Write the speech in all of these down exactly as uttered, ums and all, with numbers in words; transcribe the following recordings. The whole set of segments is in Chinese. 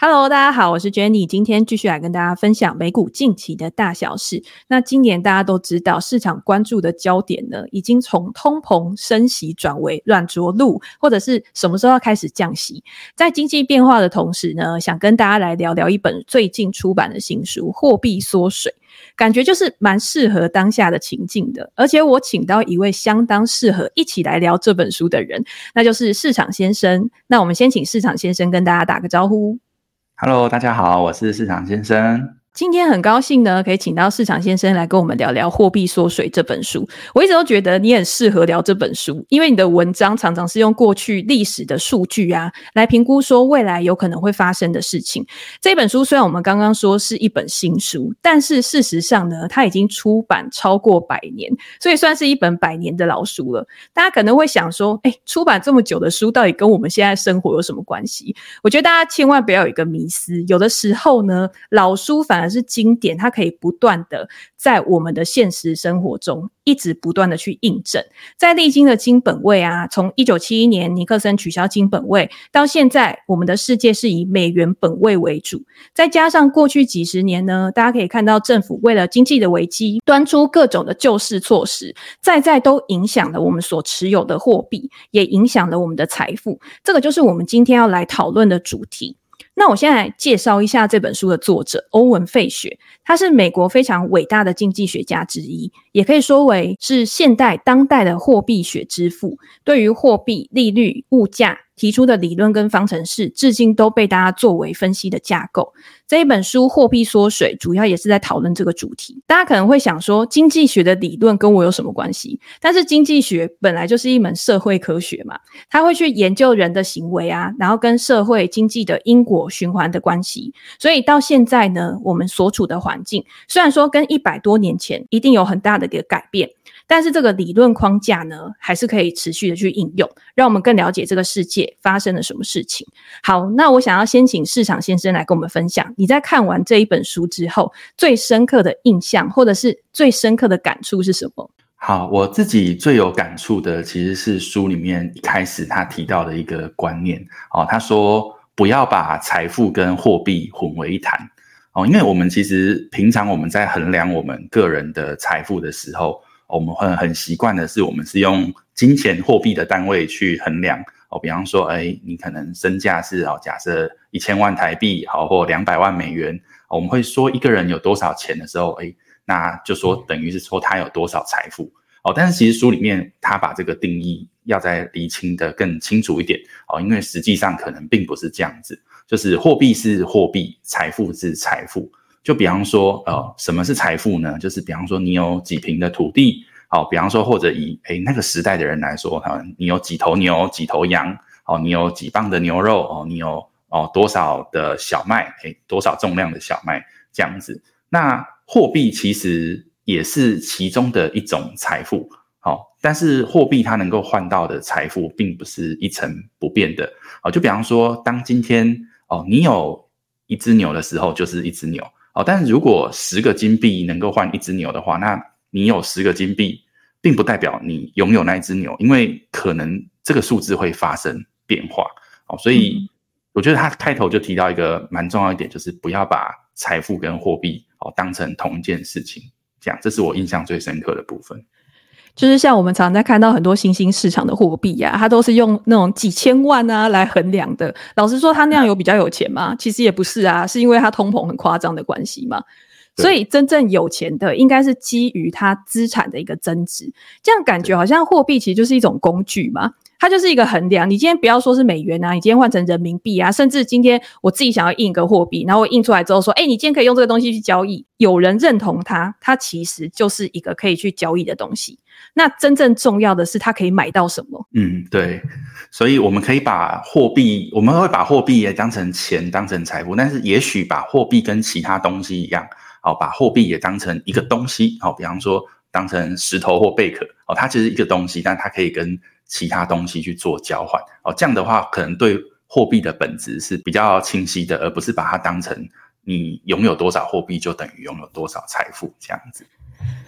Hello， 大家好，我是 Jenny， 今天继续来跟大家分享美股近期的大小事。那今年大家都知道，市场关注的焦点呢，已经从通膨升息转为软着陆，或者是什么时候要开始降息。在经济变化的同时呢，想跟大家来聊聊一本最近出版的新书《货币缩水》，感觉就是蛮适合当下的情境的。而且我请到一位相当适合一起来聊这本书的人，那就是市场先生。那我们先请市场先生跟大家打个招呼。 Hello， 大家好，我是市场先生。 今天很高兴呢，可以请到市场先生来跟我们聊聊《货币缩水》这本书。我一直都觉得你很适合聊这本书，因为你的文章常常是用过去历史的数据啊，来评估说未来有可能会发生的事情。这本书虽然我们刚刚说是一本新书，但是事实上呢，它已经出版超过百年，所以算是一本百年的老书了。大家可能会想说，诶，出版这么久的书到底跟我们现在生活有什么关系？我觉得大家千万不要有一个迷思，有的时候呢，老书反而是经典，它可以不断的在我们的现实生活中一直不断的去印证。在历经的金本位啊，从一九七一年尼克森取消金本位，到现在我们的世界是以美元本位为主，再加上过去几十年呢，大家可以看到政府为了经济的危机端出各种的救市措施，再再都影响了我们所持有的货币，也影响了我们的财富。这个就是我们今天要来讨论的主题。那我现在来介绍一下这本书的作者欧文·费雪，他是美国非常伟大的经济学家之一，也可以说为是现代当代的货币学之父。对于货币、利率、物价提出的理论跟方程式，至今都被大家作为分析的架构。这一本书《货币缩水》主要也是在讨论这个主题。大家可能会想说，经济学的理论跟我有什么关系？但是经济学本来就是一门社会科学嘛，它会去研究人的行为啊，然后跟社会经济的因果循环的关系。所以到现在呢，我们所处的环境虽然说跟一百多年前一定有很大的一个改变，但是这个理论框架呢，还是可以持续的去应用，让我们更了解这个世界发生了什么事情。好，那我想要先请市场先生来跟我们分享，你在看完这一本书之后，最深刻的印象或者是最深刻的感触是什么？ 好，我自己最有感触的其实是书里面一开始他提到的一个观念。哦，他说不要把财富跟货币混为一谈。哦，因为我们其实平常我们在衡量我们个人的财富的时候，我们会很习惯的是我们是用金钱货币的单位去衡量。哦，比方说，哎，你可能身价是哦，假设一千万台币，好，或两百万美元，我们会说一个人有多少钱的时候，哎，那就说等于是说他有多少财富。哦，但是其实书里面他把这个定义要再厘清的更清楚一点。哦，因为实际上可能并不是这样子，就是货币是货币，财富是财富。就比方说，呃，什么是财富呢？就是比方说你有几坪的土地。好，比方说，或者以诶那个时代的人来说，你有几头牛、几头羊，哦，你有几磅的牛肉，哦，你有哦多少的小麦，诶多少重量的小麦，这样子。那货币其实也是其中的一种财富，好，哦，但是货币它能够换到的财富并不是一成不变的。哦，就比方说，当今天哦你有一只牛的时候，就是一只牛，哦，但是如果十个金币能够换一只牛的话，那你有十个金币，并不代表你拥有那一只牛，因为可能这个数字会发生变化。哦，所以我觉得他开头就提到一个蛮重要一点，就是不要把财富跟货币哦当成同一件事情。这样，这是我印象最深刻的部分。 就是像我们常常在看到很多新兴市场的货币啊，它都是用那种几千万啊来衡量的。老实说，它那样有比较有钱吗？其实也不是啊，是因为它通膨很夸张的关系嘛。所以真正有钱的应该是基于它资产的一个增值，这样感觉好像货币其实就是一种工具嘛，它就是一个衡量。你今天不要说是美元啊，你今天换成人民币啊，甚至今天我自己想要印一个货币，然后我印出来之后说，哎，你今天可以用这个东西去交易，有人认同它，它其实就是一个可以去交易的东西。那真正重要的是它可以买到什么。 嗯，对，所以我们可以把货币，我们会把货币也当成钱，当成财富，但是也许把货币跟其他东西一样，好，把货币也当成一个东西，好，比方说当成石头或贝壳，哦，它其实一个东西，但它可以跟其他东西去做交换，哦，这样的话可能对货币的本质是比较清晰的，而不是把它当成你拥有多少货币就等于拥有多少财富这样子。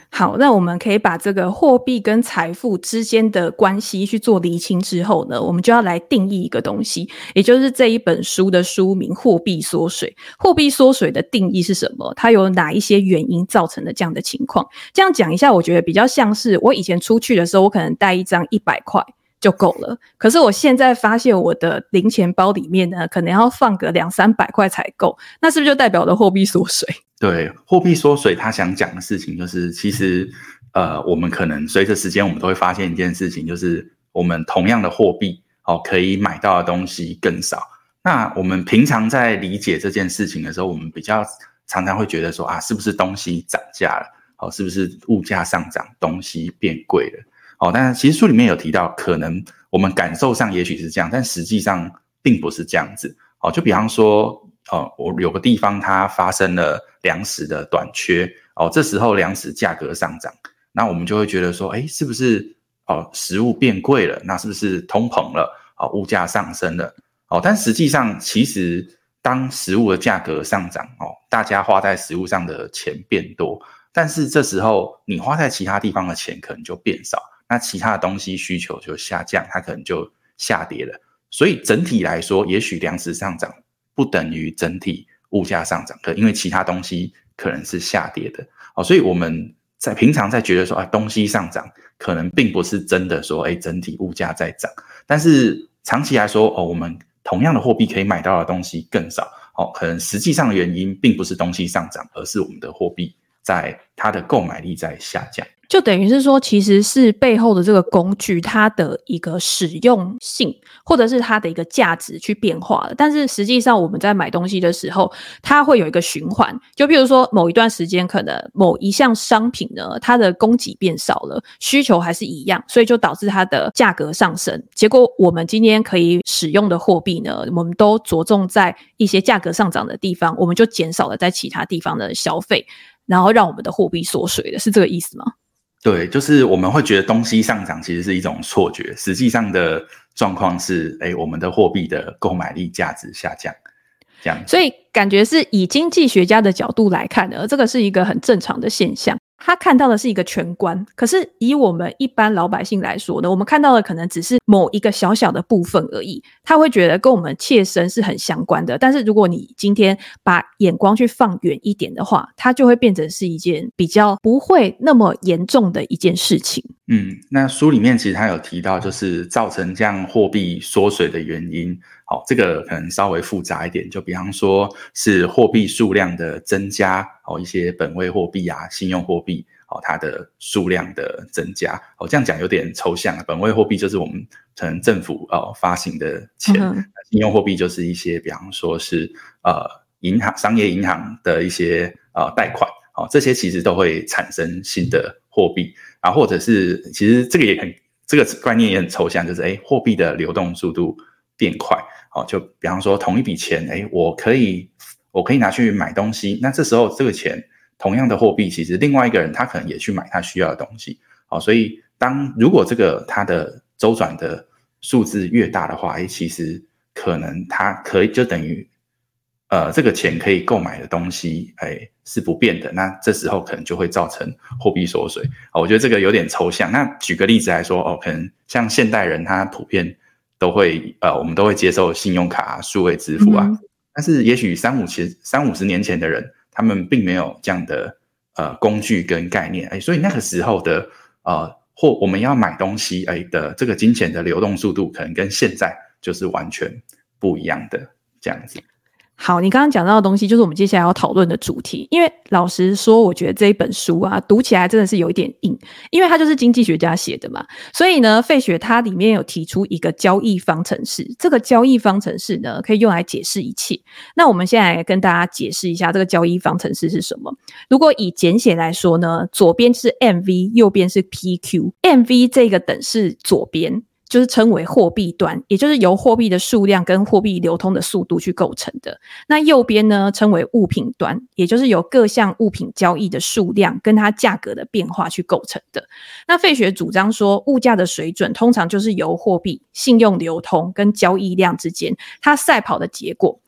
好，那我们可以把这个货币跟财富之间的关系去做厘清之后呢，我们就要来定义一个东西，也就是这一本书的书名货币缩水。货币缩水的定义是什么？它有哪一些原因造成的这样的情况？这样讲一下，我觉得比较像是我以前出去的时候，我可能带一张一百块就够了，可是我现在发现我的零钱包里面呢，可能要放个两三百块才够，那是不是就代表了货币缩水？ 对，货币缩水他想讲的事情就是其实呃，我们可能随着时间我们都会发现一件事情，就是我们同样的货币哦，可以买到的东西更少。那我们平常在理解这件事情的时候，我们比较常常会觉得说啊，是不是东西涨价了？哦，是不是物价上涨，东西变贵了？哦，但其实书里面有提到，可能我们感受上也许是这样，但实际上并不是这样子。哦，就比方说，哦，我有个地方它发生了粮食的短缺，哦，这时候粮食价格上涨，那我们就会觉得说，诶，是不是哦食物变贵了？那是不是通膨了？哦，物价上升了？哦，但实际上其实当食物的价格上涨，哦，大家花在食物上的钱变多，但是这时候你花在其他地方的钱可能就变少。那其他的东西需求就下降，它可能就下跌了。所以整体来说，也许粮食上涨不等于整体物价上涨，可因为其他东西可能是下跌的。哦，所以我们在平常在觉得说啊，东西上涨可能并不是真的说，哎，整体物价在涨。但是长期来说，哦，我们同样的货币可以买到的东西更少。哦，可能实际上的原因并不是东西上涨，而是我们的货币在它的购买力在下降。 就等于是说，其实是背后的这个工具它的一个使用性或者是它的一个价值去变化了，但是实际上我们在买东西的时候它会有一个循环，就比如说某一段时间可能某一项商品呢它的供给变少了，需求还是一样，所以就导致它的价格上升，结果我们今天可以使用的货币呢，我们都着重在一些价格上涨的地方，我们就减少了在其他地方的消费，然后让我们的货币缩水了，是这个意思吗？ 对，就是我们会觉得东西上涨其实是一种错觉，实际上的状况是，哎，我们的货币的购买力价值下降，这样子。 所以感觉是以经济学家的角度来看呢，这个是一个很正常的现象。他看到的是一个全观，可是以我们一般老百姓来说呢，我们看到的可能只是某一个小小的部分而已，他会觉得跟我们切身是很相关的，但是如果你今天把眼光去放远一点的话，它就会变成是一件比较不会那么严重的一件事情。 嗯，那书里面其实他有提到，就是造成这样货币缩水的原因，好，这个可能稍微复杂一点，就比方说是货币数量的增加，哦，一些本位货币啊、信用货币，哦，它的数量的增加，哦，这样讲有点抽象，本位货币就是我们可能政府哦发行的钱，嗯、信用货币就是一些，比方说是呃银行、商业银行的一些呃贷款，哦，这些其实都会产生新的货币。啊，或者是其实这个也很这个观念也很抽象，就是哎，货币的流动速度变快，哦，就比方说同一笔钱，哎，我可以我可以拿去买东西，那这时候这个钱同样的货币，其实另外一个人他可能也去买他需要的东西，哦，所以当如果这个它的周转的数字越大的话，哎，其实可能它可以就等于呃这个钱可以购买的东西，哎。是不变的，那这时候可能就会造成货币缩水。哦，我觉得这个有点抽象。那举个例子来说，哦，可能像现代人他普遍都会呃，我们都会接受信用卡啊、数位支付啊，嗯、但是也许三五十三五十年前的人，他们并没有这样的呃工具跟概念，哎，所以那个时候的呃或我们要买东西哎的这个金钱的流动速度，可能跟现在就是完全不一样的这样子。 好，你刚刚讲到的东西就是我们接下来要讨论的主题，因为老实说我觉得这一本书啊读起来真的是有一点硬，因为它就是经济学家写的嘛，所以呢费雪它里面有提出一个交易方程式，这个交易方程式呢可以用来解释一切。那我们现在来跟大家解释一下这个交易方程式是什么。如果以简写来说呢，左边是 M V 右边是 P Q， M V 这个等式左边就是称为货币端，也就是由货币的数量跟货币流通的速度去构成的。那右边呢称为物品端，也就是由各项物品交易的数量跟它价格的变化去构成的。那费雪主张说，物价的水准通常就是由货币、信用流通跟交易量之间它赛跑的结果。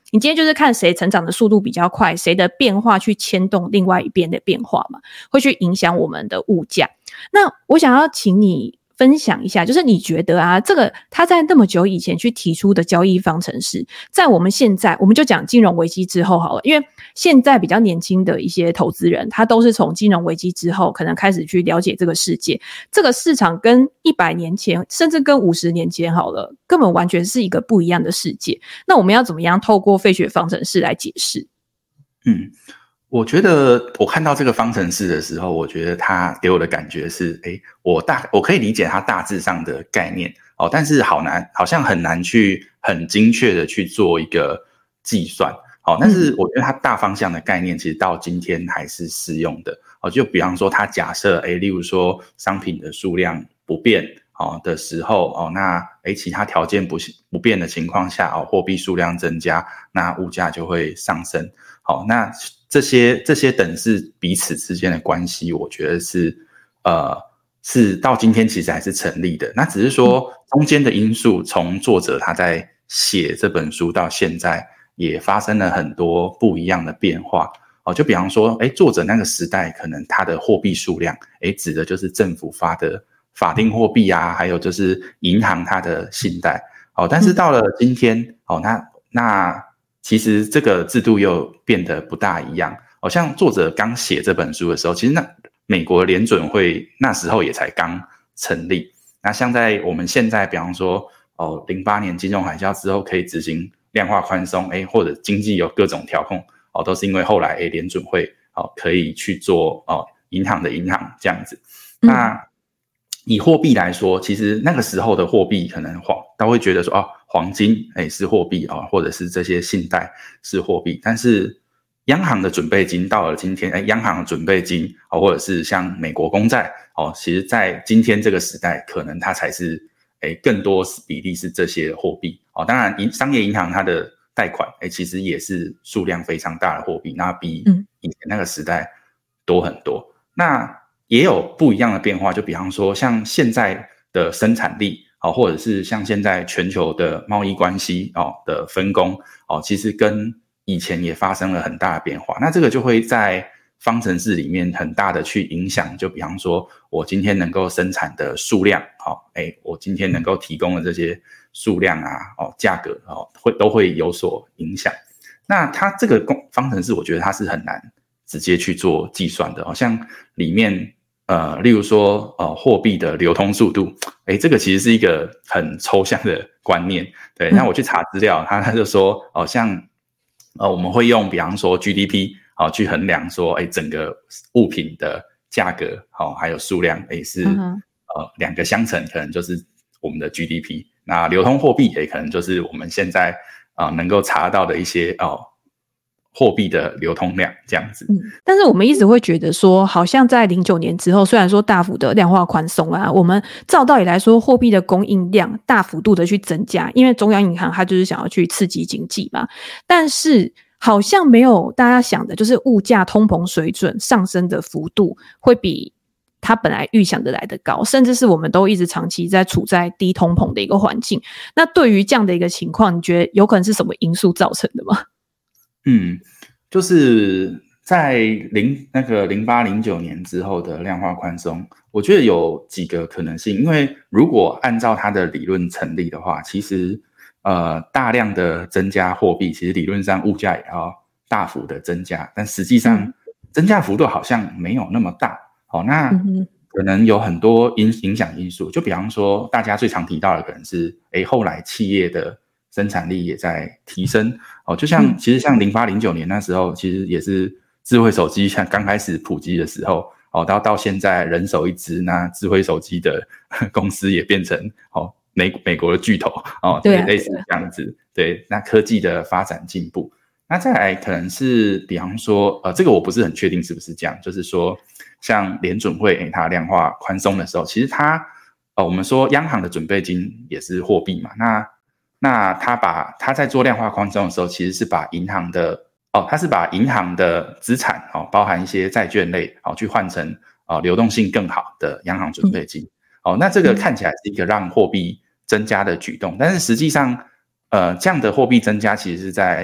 你今天就是看谁成长的速度比较快，谁的变化去牵动另外一边的变化嘛，会去影响我们的物价。那我想要请你分享一下，就是你觉得啊，这个他在那么久以前去提出的交易方程式，在我们现在，我们就讲金融危机之后好了，因为现在比较年轻的一些投资人，他都是从金融危机之后可能开始去了解这个世界，这个市场跟一百年前甚至跟五十年前好了，根本完全是一个不一样的世界。那我们要怎么样透过费雪方程式来解释？ 嗯，我觉得我看到这个方程式的时候，我觉得它给我的感觉是，诶，我大我可以理解它大致上的概念哦，但是好难，好像很难去很精确的去做一个计算。哦，但是我觉得它大方向的概念其实到今天还是适用的。哦，就比方说它假设，诶，例如说商品的数量不变哦的时候，哦，那诶其他条件不不变的情况下，哦，货币数量增加，那物价就会上升。好，那这些这些等式彼此之间的关系，我觉得是呃是到今天其实还是成立的。那只是说中间的因素，从作者他在写这本书到现在，也发生了很多不一样的变化。哦，就比方说，哎，作者那个时代可能他的货币数量，哎，指的就是政府发的法定货币啊，还有就是银行它的信贷。哦，但是到了今天，哦，那那。其实这个制度又变得不大一样。好像作者刚写这本书的时候，其实那美国联准会那时候也才刚成立。那像在我们现在，比方说哦，零八年金融海啸之后可以执行量化宽松，哎，或者经济有各种调控，哦，都是因为后来哎联准会哦可以去做哦银行的银行这样子。那以货币来说，其实那个时候的货币可能黄，他会觉得说哦。黄金诶是货币哦，或者是这些信贷是货币，但是央行的准备金到了今天，诶央行的准备金哦，或者是像美国公债哦，其实在今天这个时代，可能它才是诶更多比例是这些货币哦。当然，银商业银行它的贷款诶其实也是数量非常大的货币，那比以前那个时代多很多。那也有不一样的变化，就比方说像现在的生产力。哦，或者是像现在全球的贸易关系哦的分工哦，其实跟以前也发生了很大的变化。那这个就会在方程式里面很大的去影响，就比方说我今天能够生产的数量，好、哦，哎，我今天能够提供的这些数量啊，哦，价格哦，会都会有所影响。那它这个方程式，我觉得它是很难直接去做计算的，好、哦、像里面。呃，例如说，呃，货币的流通速度，诶，这个其实是一个很抽象的观念。对，那我去查资料，他他就说，哦、呃，像呃，我们会用，比方说 G D P， 好、呃、去衡量说，诶，整个物品的价格，好、呃，还有数量，诶，是、嗯、呃两个相乘，可能就是我们的 G D P。那流通货币，也可能就是我们现在啊、呃、能够查到的一些哦。呃货币的流通量这样子、 嗯，但是我们一直会觉得说，好像在零九年之后，虽然说大幅的量化宽松啊，我们照道理来说，货币的供应量大幅度的去增加，因为中央银行它就是想要去刺激经济嘛。但是好像没有大家想的，就是物价通膨水准上升的幅度会比它本来预想的来得高，甚至是我们都一直长期在处在低通膨的一个环境。那对于这样的一个情况，你觉得有可能是什么因素造成的吗？ 嗯，就是在零那个零八零九年之后的量化宽松，我觉得有几个可能性。因为如果按照它的理论成立的话，其实呃大量的增加货币，其实理论上物价也要大幅的增加，但实际上增加幅度好像没有那么大。好、哦，那可能有很多影影响因素，就比方说大家最常提到的可能是，诶，后来企业的生产力也在提升哦，就像其实像零八零九年那时候，其实也是智慧手机像刚开始普及的时候哦，到到现在人手一支，那智慧手机的公司也变成哦美美国的巨头哦，对，类似这样子。对，那科技的发展进步，那再来可能是比方说呃，这个我不是很确定是不是这样，就是说像联准会诶它量化宽松的时候，其实它呃我们说央行的准备金也是货币嘛，那那他把他在做量化宽松的时候，其实是把银行的哦，他是把银行的资产哦，包含一些债券类哦，去换成哦流动性更好的央行准备金、嗯、哦，那这个看起来是一个让货币增加的举动，但是实际上呃这样的货币增加其实是在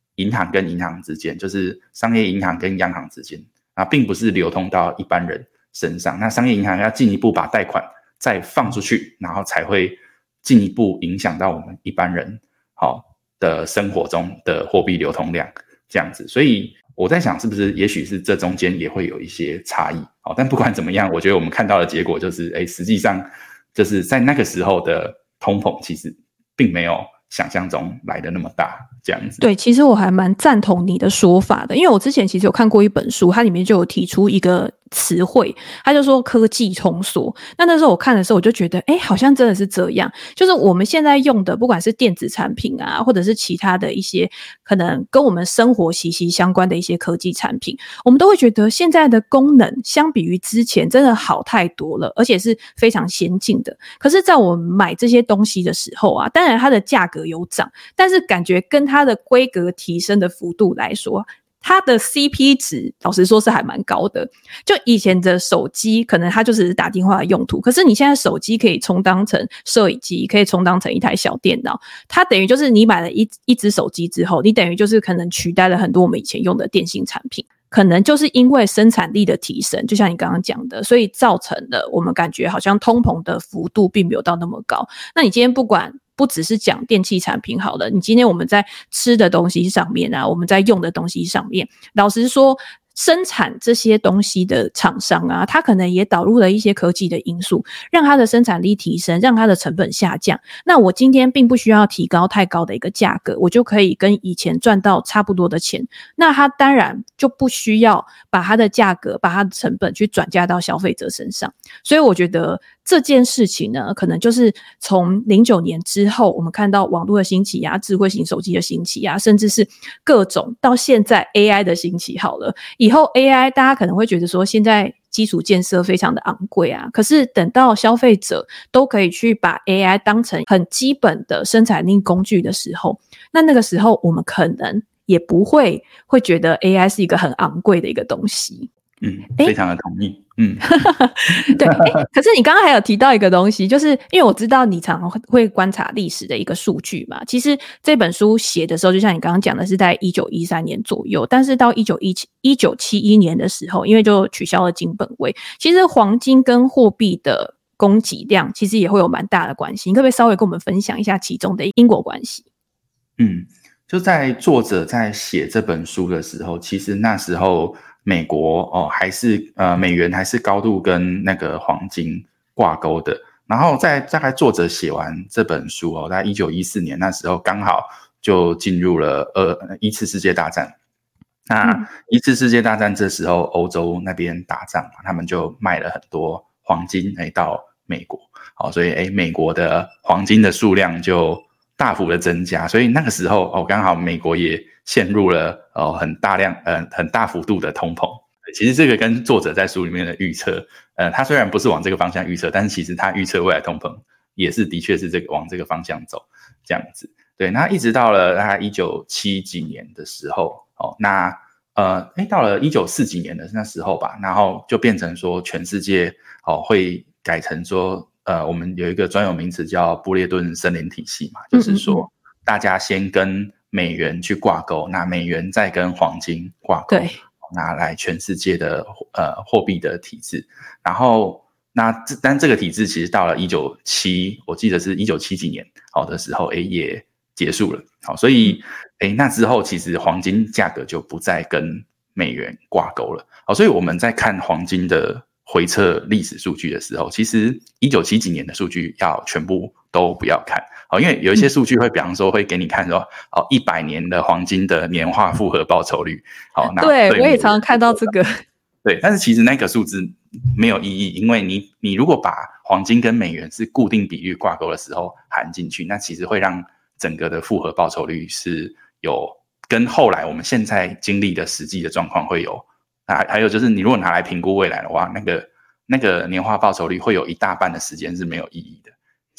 银行跟银行之间，就是商业银行跟央行之间啊，并不是流通到一般人身上。那商业银行要进一步把贷款再放出去，然后才会进一步影响到我们一般人好的生活中的货币流通量这样子。所以我在想，是不是也许是这中间也会有一些差异。好，但不管怎么样，我觉得我们看到的结果就是，哎，实际上就是在那个时候的通膨其实并没有想象中来的那么大，这样子。 对，其实我还蛮赞同你的说法的，因为我之前其实有看过一本书，它里面就有提出一个词汇，它就说科技通缩。那那时候我看的时候，我就觉得，哎，好像真的是这样。就是我们现在用的，不管是电子产品啊，或者是其他的一些可能跟我们生活息息相关的一些科技产品，我们都会觉得现在的功能相比于之前真的好太多了，而且是非常先进的。可是在我们买这些东西的时候啊，当然它的价格有涨，但是感觉跟它的规格提升的幅度来说，它的 C P 值老实说是还蛮高的。就以前的手机可能它就只是打电话的用途，可是你现在手机可以充当成摄影机，可以充当成一台小电脑，它等于就是你买了一一只手机之后，你等于就是可能取代了很多我们以前用的电信产品。可能就是因为生产力的提升，就像你刚刚讲的，所以造成了我们感觉好像通膨的幅度并没有到那么高。那你今天不管不只是讲电器产品好了，你今天我们在吃的东西上面啊，我们在用的东西上面，老实说生产这些东西的厂商啊，他可能也导入了一些科技的因素，让它的生产力提升，让它的成本下降。那我今天并不需要提高太高的一个价格，我就可以跟以前赚到差不多的钱。那它当然就不需要把它的价格，把它的成本去转嫁到消费者身上。所以我觉得这件事情呢，可能就是从零九年之后，我们看到网络的兴起啊，智慧型手机的兴起啊，甚至是各种到现在 A I 的兴起好了。以后 A I 大家可能会觉得说现在基础建设非常的昂贵啊，可是等到消费者都可以去把 A I 当成很基本的生产力工具的时候，那那个时候我们可能也不会会觉得 A I 是一个很昂贵的一个东西。 嗯，非常的同意。嗯， 对。可是你刚刚还有提到一个东西，就是因为我知道你常常会观察历史的一个数据嘛。其实这本书写的时候，就像你刚刚讲的是在一九一三年左右，但是到一九七一年的时候，因为就取消了金本位，其实黄金跟货币的供给量其实也会有蛮大的关系。你可不可以稍微跟我们分享一下其中的因果关系？ 嗯，就在作者在写这本书的时候，其实那时候美国哦还是呃美元还是高度跟那个黄金挂钩的。然后在大概作者写完这本书哦，在一九一四年那时候刚好就进入了呃一次世界大战。那一次世界大战这时候欧洲那边打仗嘛，他们就卖了很多黄金哎到美国，好，所以哎美国的黄金的数量就大幅的增加，所以那个时候哦刚好美国也陷入了哦很大量呃很大幅度的通膨。其实这个跟作者在书里面的预测，呃他虽然不是往这个方向预测，但是其实他预测未来通膨也是的确是这个往这个方向走这样子。对，那一直到了大概一九七几年的时候，哦那呃诶到了一九四几年的那时候吧，然后就变成说全世界哦会改成说呃我们有一个专有名词叫布列顿森林体系嘛，就是说大家先跟美元去挂钩，那美元再跟黄金挂钩， 对， 拿来全世界的呃货币的体制。然后那但这个体制其实到了一九七，我记得是一九七几年好的时候，诶也结束了。好，所以诶那之后其实黄金价格就不再跟美元挂钩了。好，所以我们在看黄金的回测历史数据的时候，其实一九七几年的数据要全部都不要看。好，因为有一些数据会比方说会给你看说哦一百年的黄金的年化复合报酬率。好，那对，我也常常看到这个。 对，但是其实那个数字没有意义，因为你你如果把黄金跟美元是固定比率挂钩的时候含进去，那其实会让整个的复合报酬率是有跟后来我们现在经历的实际的状况会有，还还有就是你如果拿来评估未来的话，那个那个年化报酬率会有一大半的时间是没有意义的。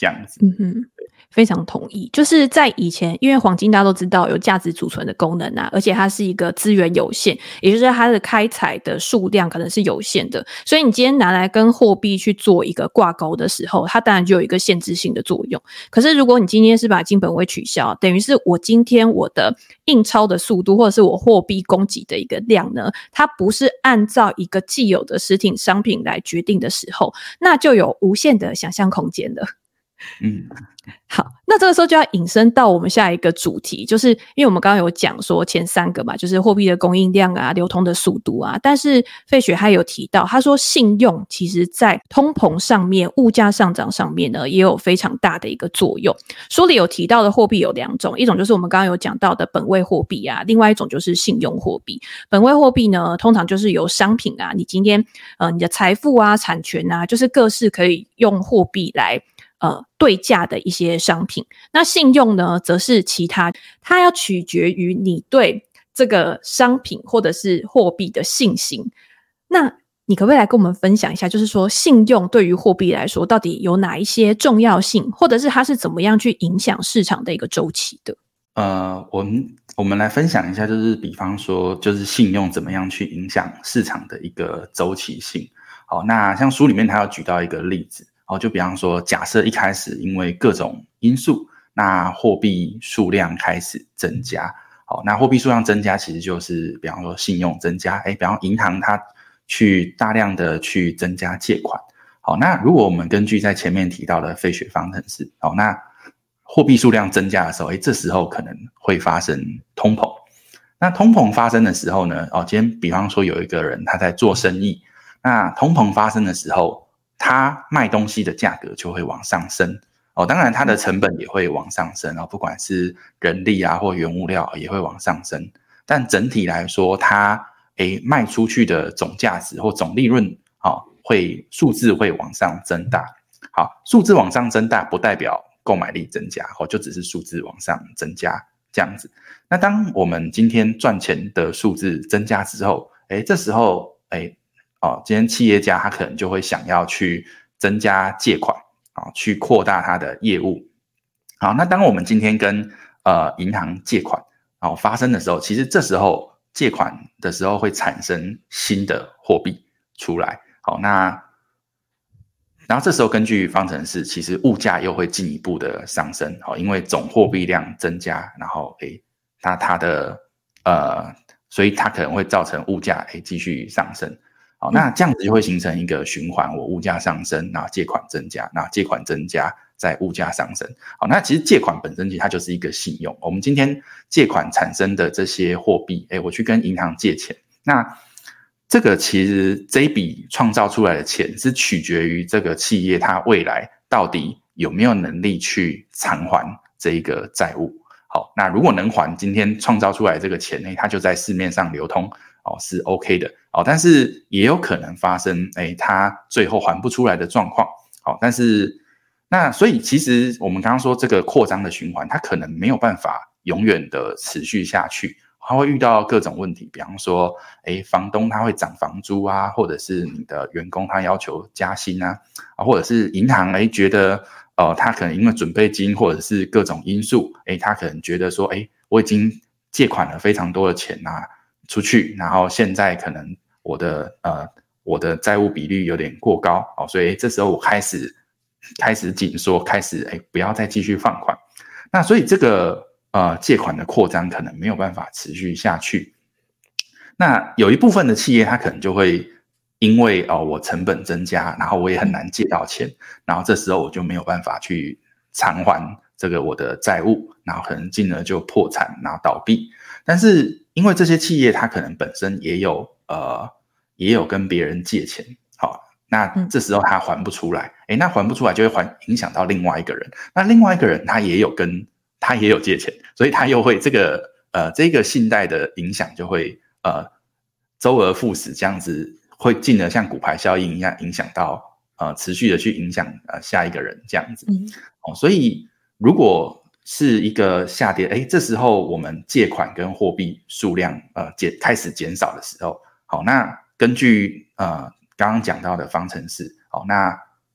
这样子。 嗯哼，非常同意。就是在以前，因为黄金大家都知道有价值储存的功能啊，而且它是一个资源有限，也就是它的开采的数量可能是有限的，所以你今天拿来跟货币去做一个挂钩的时候，它当然就有一个限制性的作用。可是如果你今天是把金本位取消，等于是我今天我的印钞的速度或者是我货币供给的一个量呢，它不是按照一个既有的实体商品来决定的时候，那就有无限的想象空间了。 嗯， 好，那这个时候就要引申到我们下一个主题，就是因为我们刚刚有讲说前三个嘛，就是货币的供应量啊、流通的速度啊，但是费雪还有提到，他说信用其实在通膨上面、物价上涨上面呢，也有非常大的一个作用。书里有提到的货币有两种，一种就是我们刚刚有讲到的本位货币啊，另外一种就是信用货币。本位货币呢，通常就是由商品啊，你今天呃你的财富啊、产权啊，就是各式可以用货币来呃，对价的一些商品。那信用呢，则是其他，它要取决于你对这个商品或者是货币的信心。那你可不可以来跟我们分享一下，就是说信用对于货币来说，到底有哪一些重要性，或者是它是怎么样去影响市场的一个周期的？ 呃，我们我们来分享一下，就是比方说，就是信用怎么样去影响市场的一个周期性。好，那像书里面他有举到一个例子。哦，就比方说，假设一开始因为各种因素，那货币数量开始增加。好，那货币数量增加，其实就是比方说信用增加。哎，比方银行它去大量的去增加借款。好，那如果我们根据在前面提到的费雪方程式，好，那货币数量增加的时候，哎，这时候可能会发生通膨。那通膨发生的时候呢，哦，今天比方说有一个人他在做生意，那通膨发生的时候，他卖东西的价格就会往上升哦，当然它的成本也会往上升哦，不管是人力啊或原物料也会往上升，但整体来说，它诶卖出去的总价值或总利润哦，会数字会往上增大。好，数字往上增大不代表购买力增加哦，就只是数字往上增加这样子。那当我们今天赚钱的数字增加之后，诶这时候诶哦，今天企业家他可能就会想要去增加借款，哦，去扩大他的业务。好，那当我们今天跟呃银行借款，哦发生的时候，其实这时候借款的时候会产生新的货币出来。好，那然后这时候根据方程式，其实物价又会进一步的上升。好，因为总货币量增加，然后诶，它它的呃，所以它可能会造成物价诶继续上升。好，那这样子就会形成一个循环，我物价上升，然后借款增加，然后借款增加，再物价上升。好，那其实借款本身其实它就是一个信用。我们今天借款产生的这些货币，哎，我去跟银行借钱，那这个其实这一笔创造出来的钱是取决于这个企业它未来到底有没有能力去偿还这一个债务。好，那如果能还，今天创造出来这个钱，它就在市面上流通。哦，是 OK 的哦，但是也有可能发生，哎，他最后还不出来的状况。好，但是那所以其实我们刚刚说这个扩张的循环，它可能没有办法永远的持续下去，它会遇到各种问题，比方说，哎，房东他会涨房租啊，或者是你的员工他要求加薪啊，啊，或者是银行哎觉得，呃，他可能因为准备金或者是各种因素，哎，他可能觉得说，哎，我已经借款了非常多的钱啊。出去，然后现在可能我的呃我的债务比率有点过高，哦，所以这时候我开始开始紧缩，开始哎不要再继续放款。那所以这个呃借款的扩张可能没有办法持续下去。那有一部分的企业它可能就会因为哦我成本增加，然后我也很难借到钱，然后这时候我就没有办法去偿还这个我的债务，然后可能进而就破产，然后倒闭。但是因为这些企业它可能本身也有呃也有跟别人借钱，好，那这时候他还不出来，诶，那还不出来就会还影响到另外一个人，那另外一个人他也有跟他也有借钱，所以他又会这个呃这个信贷的影响就会呃周而复始，这样子会进而像骨牌效应一样影响到呃持续的去影响呃下一个人这样子。嗯，哦，所以如果是一个下跌，哎，这时候我们借款跟货币数量呃减开始减少的时候，好，那根据呃刚刚讲到的方程式，好，那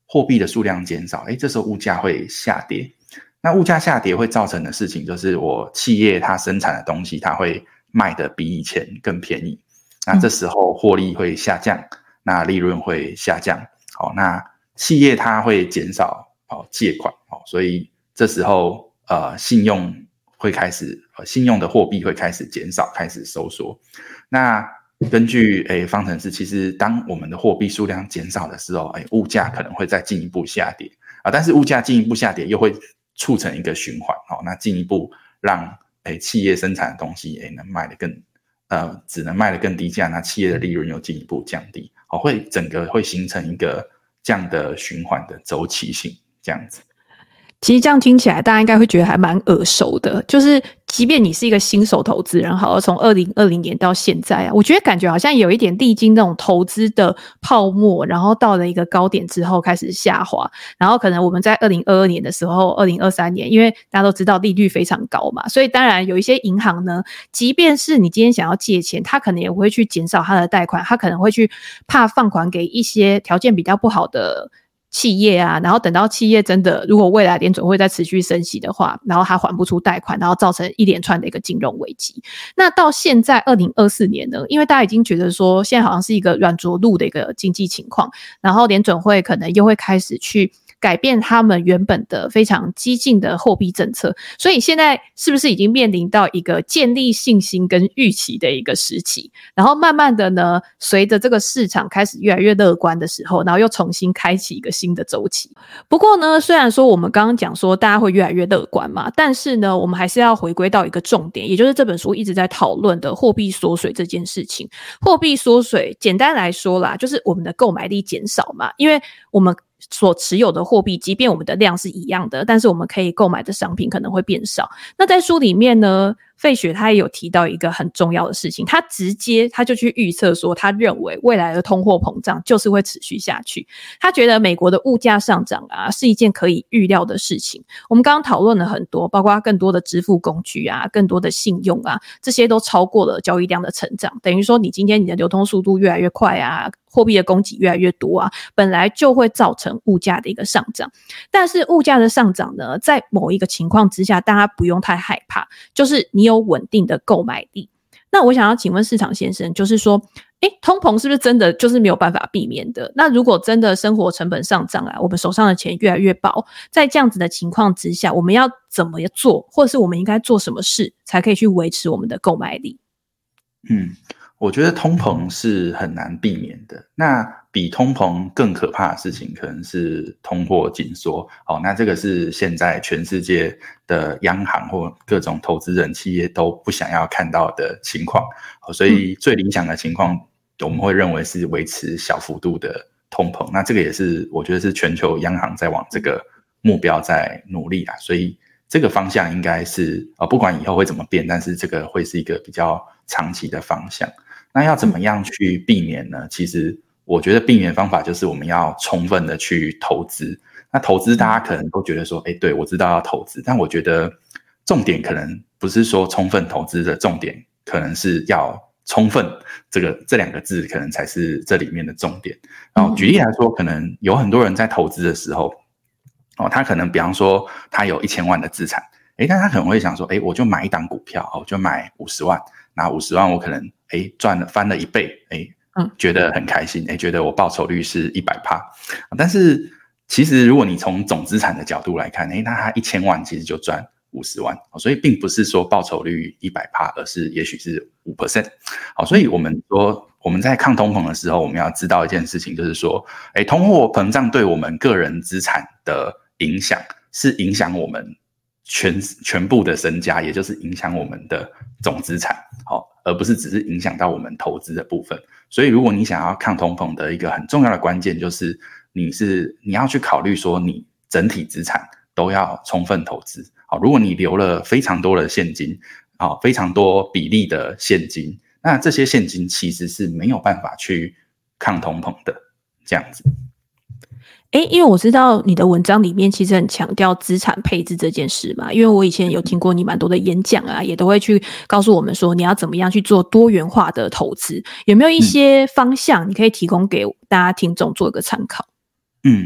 货币的数量减少，诶，这时候物价会下跌。那物价下跌会造成的事情就是我企业它生产的东西它会卖得比以前更便宜，那这时候获利会下降，那利润会下降，好，那企业它会减少借款，所以这时候呃信用会开始呃信用的货币会开始减少，开始收缩。那根据诶方程式，其实当我们的货币数量减少的时候，诶物价可能会再进一步下跌啊，但是物价进一步下跌又会促成一个循环，哦，那进一步让诶企业生产的东西诶能卖得更呃只能卖得更低价，那企业的利润又进一步降低，哦，会整个会形成一个这样的循环的周期性这样子。 其实这样听起来大家应该会觉得还蛮耳熟的，就是即便你是一个新手投资人好了，从二零二零年到现在啊，我觉得感觉好像有一点历经那种投资的泡沫，然后到了一个高点之后开始下滑，然后可能我们在二零二二年的时候二零二三年，因为大家都知道利率非常高嘛，所以当然有一些银行呢，即便是你今天想要借钱，他可能也会去减少他的贷款，他可能会去怕放款给一些条件比较不好的企业啊，然后等到企业真的如果未来联准会再持续升息的话，然后他还不出贷款，然后造成一连串的一个金融危机。那到现在二零二四年呢，因为大家已经觉得说现在好像是一个软着陆的一个经济情况，然后联准会可能又会开始去改变他们原本的非常激进的货币政策，所以现在是不是已经面临到一个建立信心跟预期的一个时期，然后慢慢的呢，随着这个市场开始越来越乐观的时候，然后又重新开启一个新的周期。不过呢，虽然说我们刚刚讲说大家会越来越乐观嘛，但是呢，我们还是要回归到一个重点，也就是这本书一直在讨论的货币缩水这件事情。货币缩水简单来说啦，就是我们的购买力减少嘛，因为我们所持有的货币即便我们的量是一样的，但是我们可以购买的商品可能会变少。那在书里面呢，费雪他也有提到一个很重要的事情，他直接他就去预测说他认为未来的通货膨胀就是会持续下去，他觉得美国的物价上涨啊是一件可以预料的事情。我们刚刚讨论了很多，包括更多的支付工具啊，更多的信用啊，这些都超过了交易量的成长，等于说你今天你的流通速度越来越快啊，货币的供给越来越多啊，本来就会造成物价的一个上涨。但是物价的上涨呢，在某一个情况之下，大家不用太害怕，就是你有稳定的购买力。那我想要请问市场先生，就是说诶，通膨是不是真的就是没有办法避免的？那如果真的生活成本上涨啊，我们手上的钱越来越薄，在这样子的情况之下，我们要怎么做，或者是我们应该做什么事才可以去维持我们的购买力？ 嗯，我觉得通膨是很难避免的。那比通膨更可怕的事情可能是通货紧缩。哦，那这个是现在全世界的央行或各种投资人企业都不想要看到的情况。哦，所以最理想的情况我们会认为是维持小幅度的通膨。那这个也是我觉得是全球央行在往这个目标在努力啊。所以这个方向应该是呃，不管以后会怎么变，但是这个会是一个比较长期的方向。那要怎么样去避免呢？其实我觉得避免方法就是我们要充分的去投资。那投资大家可能都觉得说，诶，对，我知道要投资，但我觉得重点可能不是说充分投资的重点，可能是要充分这个这两个字可能才是这里面的重点。然后举例来说，可能有很多人在投资的时候，哦，他可能比方说他有一千万的资产，诶，但他可能会想说，诶，我就买一档股票，我就买五十万，那五十万我可能诶赚了翻了一倍，诶嗯，觉得很开心，诶，觉得我报酬率是 百分之百。但是其实如果你从总资产的角度来看，诶，那他一千万其实就赚五十万，所以并不是说报酬率 百分之百，而是也许是 百分之五。好，所以我们说我们在抗通膨的时候，我们要知道一件事情，就是说，诶，通货膨胀对我们个人资产的影响是影响我们全全部的身家，也就是影响我们的总资产，好，而不是只是影响到我们投资的部分。所以如果你想要抗通膨的一个很重要的关键，就是你是你要去考虑说你整体资产都要充分投资。好，如果你留了非常多的现金，好，非常多比例的现金，那这些现金其实是没有办法去抗通膨的，这样子。 诶，因为我知道你的文章里面其实很强调资产配置这件事嘛，因为我以前有听过你蛮多的演讲啊，也都会去告诉我们说你要怎么样去做多元化的投资，有没有一些方向你可以提供给大家听众做一个参考？ 嗯，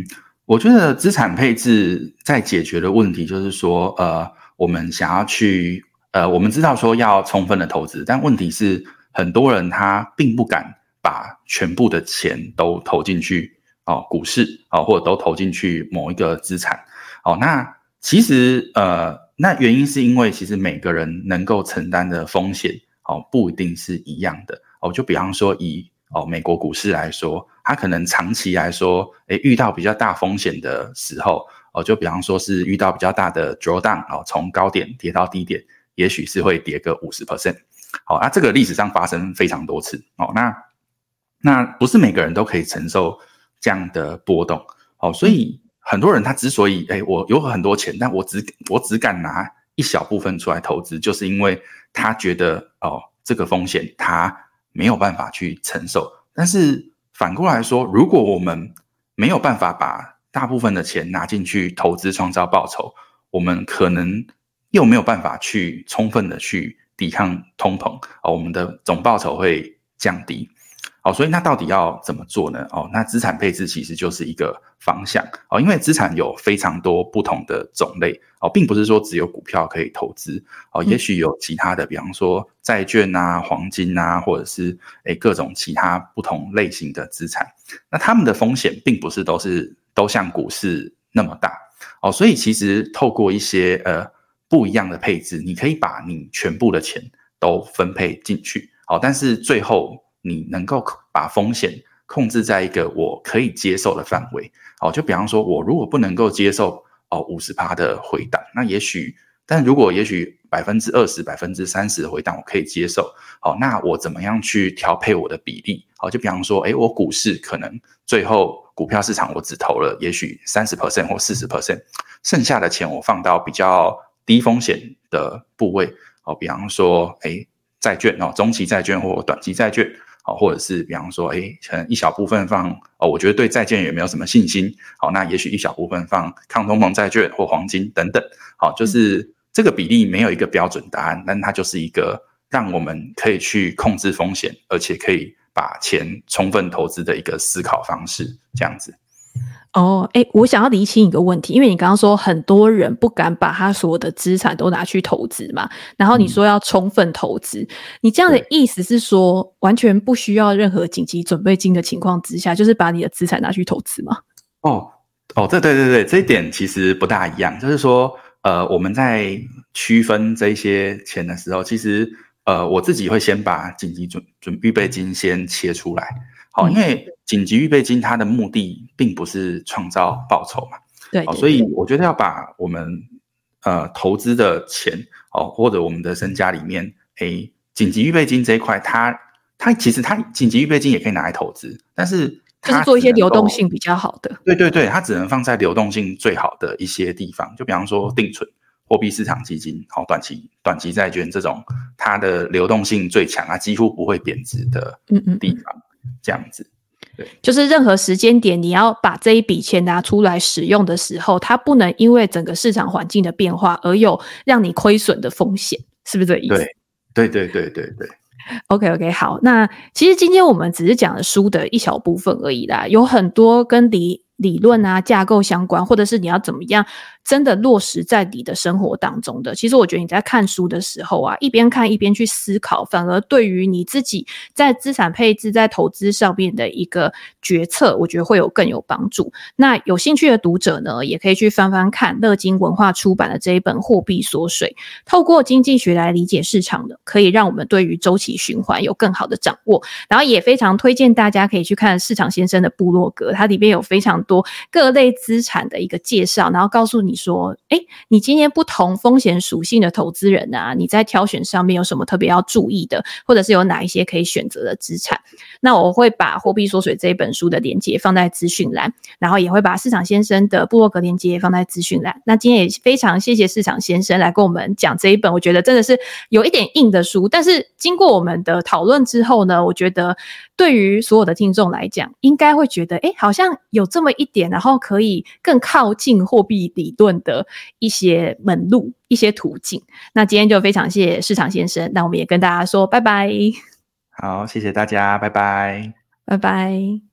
我觉得资产配置在解决的问题就是说，呃，我们想要去，呃，我们知道说要充分的投资，但问题是很多人他并不敢把全部的钱都投进去哦，股市哦，或者都投进去某一个资产哦。那其实呃，那原因是因为其实每个人能够承担的风险哦不一定是一样的哦。就比方说以哦美国股市来说，它可能长期来说，诶，遇到比较大风险的时候哦，就比方说是遇到比较大的 drawdown 哦，从高点跌到低点，也许是会跌个 百分之五十。好，那这个历史上发生非常多次哦。那那不是每个人都可以承受这样的波动哦，所以很多人他之所以哎，我有很多钱，但我只我只敢拿一小部分出来投资，就是因为他觉得哦，这个风险他没有办法去承受。但是反过来说，如果我们没有办法把大部分的钱拿进去投资创造报酬，我们可能又没有办法去充分的去抵抗通膨哦，我们的总报酬会降低。哦，所以那到底要怎么做呢？哦，那资产配置其实就是一个方向哦，因为资产有非常多不同的种类哦，并不是说只有股票可以投资哦，也许有其他的，比方说债券啊、黄金啊，或者是诶各种其他不同类型的资产。那他们的风险并不是都是都像股市那么大哦，所以其实透过一些呃不一样的配置，你可以把你全部的钱都分配进去哦，但是最后你能够把风险控制在一个我可以接受的范围哦，就比方说我如果不能够接受哦 百分之五十 的回档，那也许但如果也许 百分之二十 百分之三十 的回档我可以接受哦，那我怎么样去调配我的比例哦，就比方说诶我股市可能最后股票市场我只投了也许 百分之三十 或 百分之四十， 剩下的钱我放到比较低风险的部位哦，比方说诶债券哦，中期债券或短期债券哦，或者是比方说，诶，可能一小部分放哦，我觉得对债券也没有什么信心，好，那也许一小部分放抗通膨债券或黄金等等，好，就是这个比例没有一个标准答案，但它就是一个让我们可以去控制风险，而且可以把钱充分投资的一个思考方式，这样子。 哦，哎，我想要厘清一个问题，因为你刚刚说很多人不敢把他所有的资产都拿去投资嘛，然后你说要充分投资，嗯、你这样的意思是说完全不需要任何紧急准备金的情况之下，就是把你的资产拿去投资吗？ 哦哦，这对对对，这一点其实不大一样，就是说，呃，我们在区分这些钱的时候，其实呃，我自己会先把紧急准准预备金先切出来。好，因为紧急预备金它的目的并不是创造报酬嘛， 对，对， 所以我觉得要把我们呃投资的钱哦，或者我们的身家里面，诶，紧急预备金这一块，它它其实它紧急预备金也可以拿来投资，但是它就是做一些流动性比较好的。 对对对，它只能放在流动性最好的一些地方，就比方说定存、货币市场基金、好短期短期债券这种，它的流动性最强啊，几乎不会贬值的地方。嗯嗯嗯这样子，对， 就是任何时间点你要把这一笔钱拿出来使用的时候，它不能因为整个市场环境的变化而有让你亏损的风险，是不是这个意思？ 对，对，对，对，对，对。 OK OK 好，那其实今天我们只是讲了书的一小部分而已啦，有很多跟理理论啊架构相关，或者是你要怎么样真的落实在你的生活当中的。其实我觉得你在看书的时候啊，一边看一边去思考，反而对于你自己在资产配置在投资上面的一个决策，我觉得会有更有帮助。那有兴趣的读者呢，也可以去翻翻看乐金文化出版的这一本《货币缩水》，透过经济学来理解市场的，可以让我们对于周期循环有更好的掌握。然后也非常推荐大家可以去看市场先生的部落格，它里面有非常多各类资产的一个介绍，然后告诉你说，诶，你今天不同风险属性的投资人啊，你在挑选上面有什么特别要注意的，或者是有哪一些可以选择的资产。那我会把《货币缩水》这一本书的连结放在资讯栏，然后也会把市场先生的部落格连结放在资讯栏。那今天也非常谢谢市场先生来跟我们讲这一本我觉得真的是有一点硬的书，但是经过我们的讨论之后呢，我觉得对于所有的听众来讲，应该会觉得诶好像有这么一点，然后可以更靠近货币理论的一些门路一些途径。那今天就非常谢谢市场先生，那我们也跟大家说拜拜。 好，谢谢大家，拜拜， 拜拜。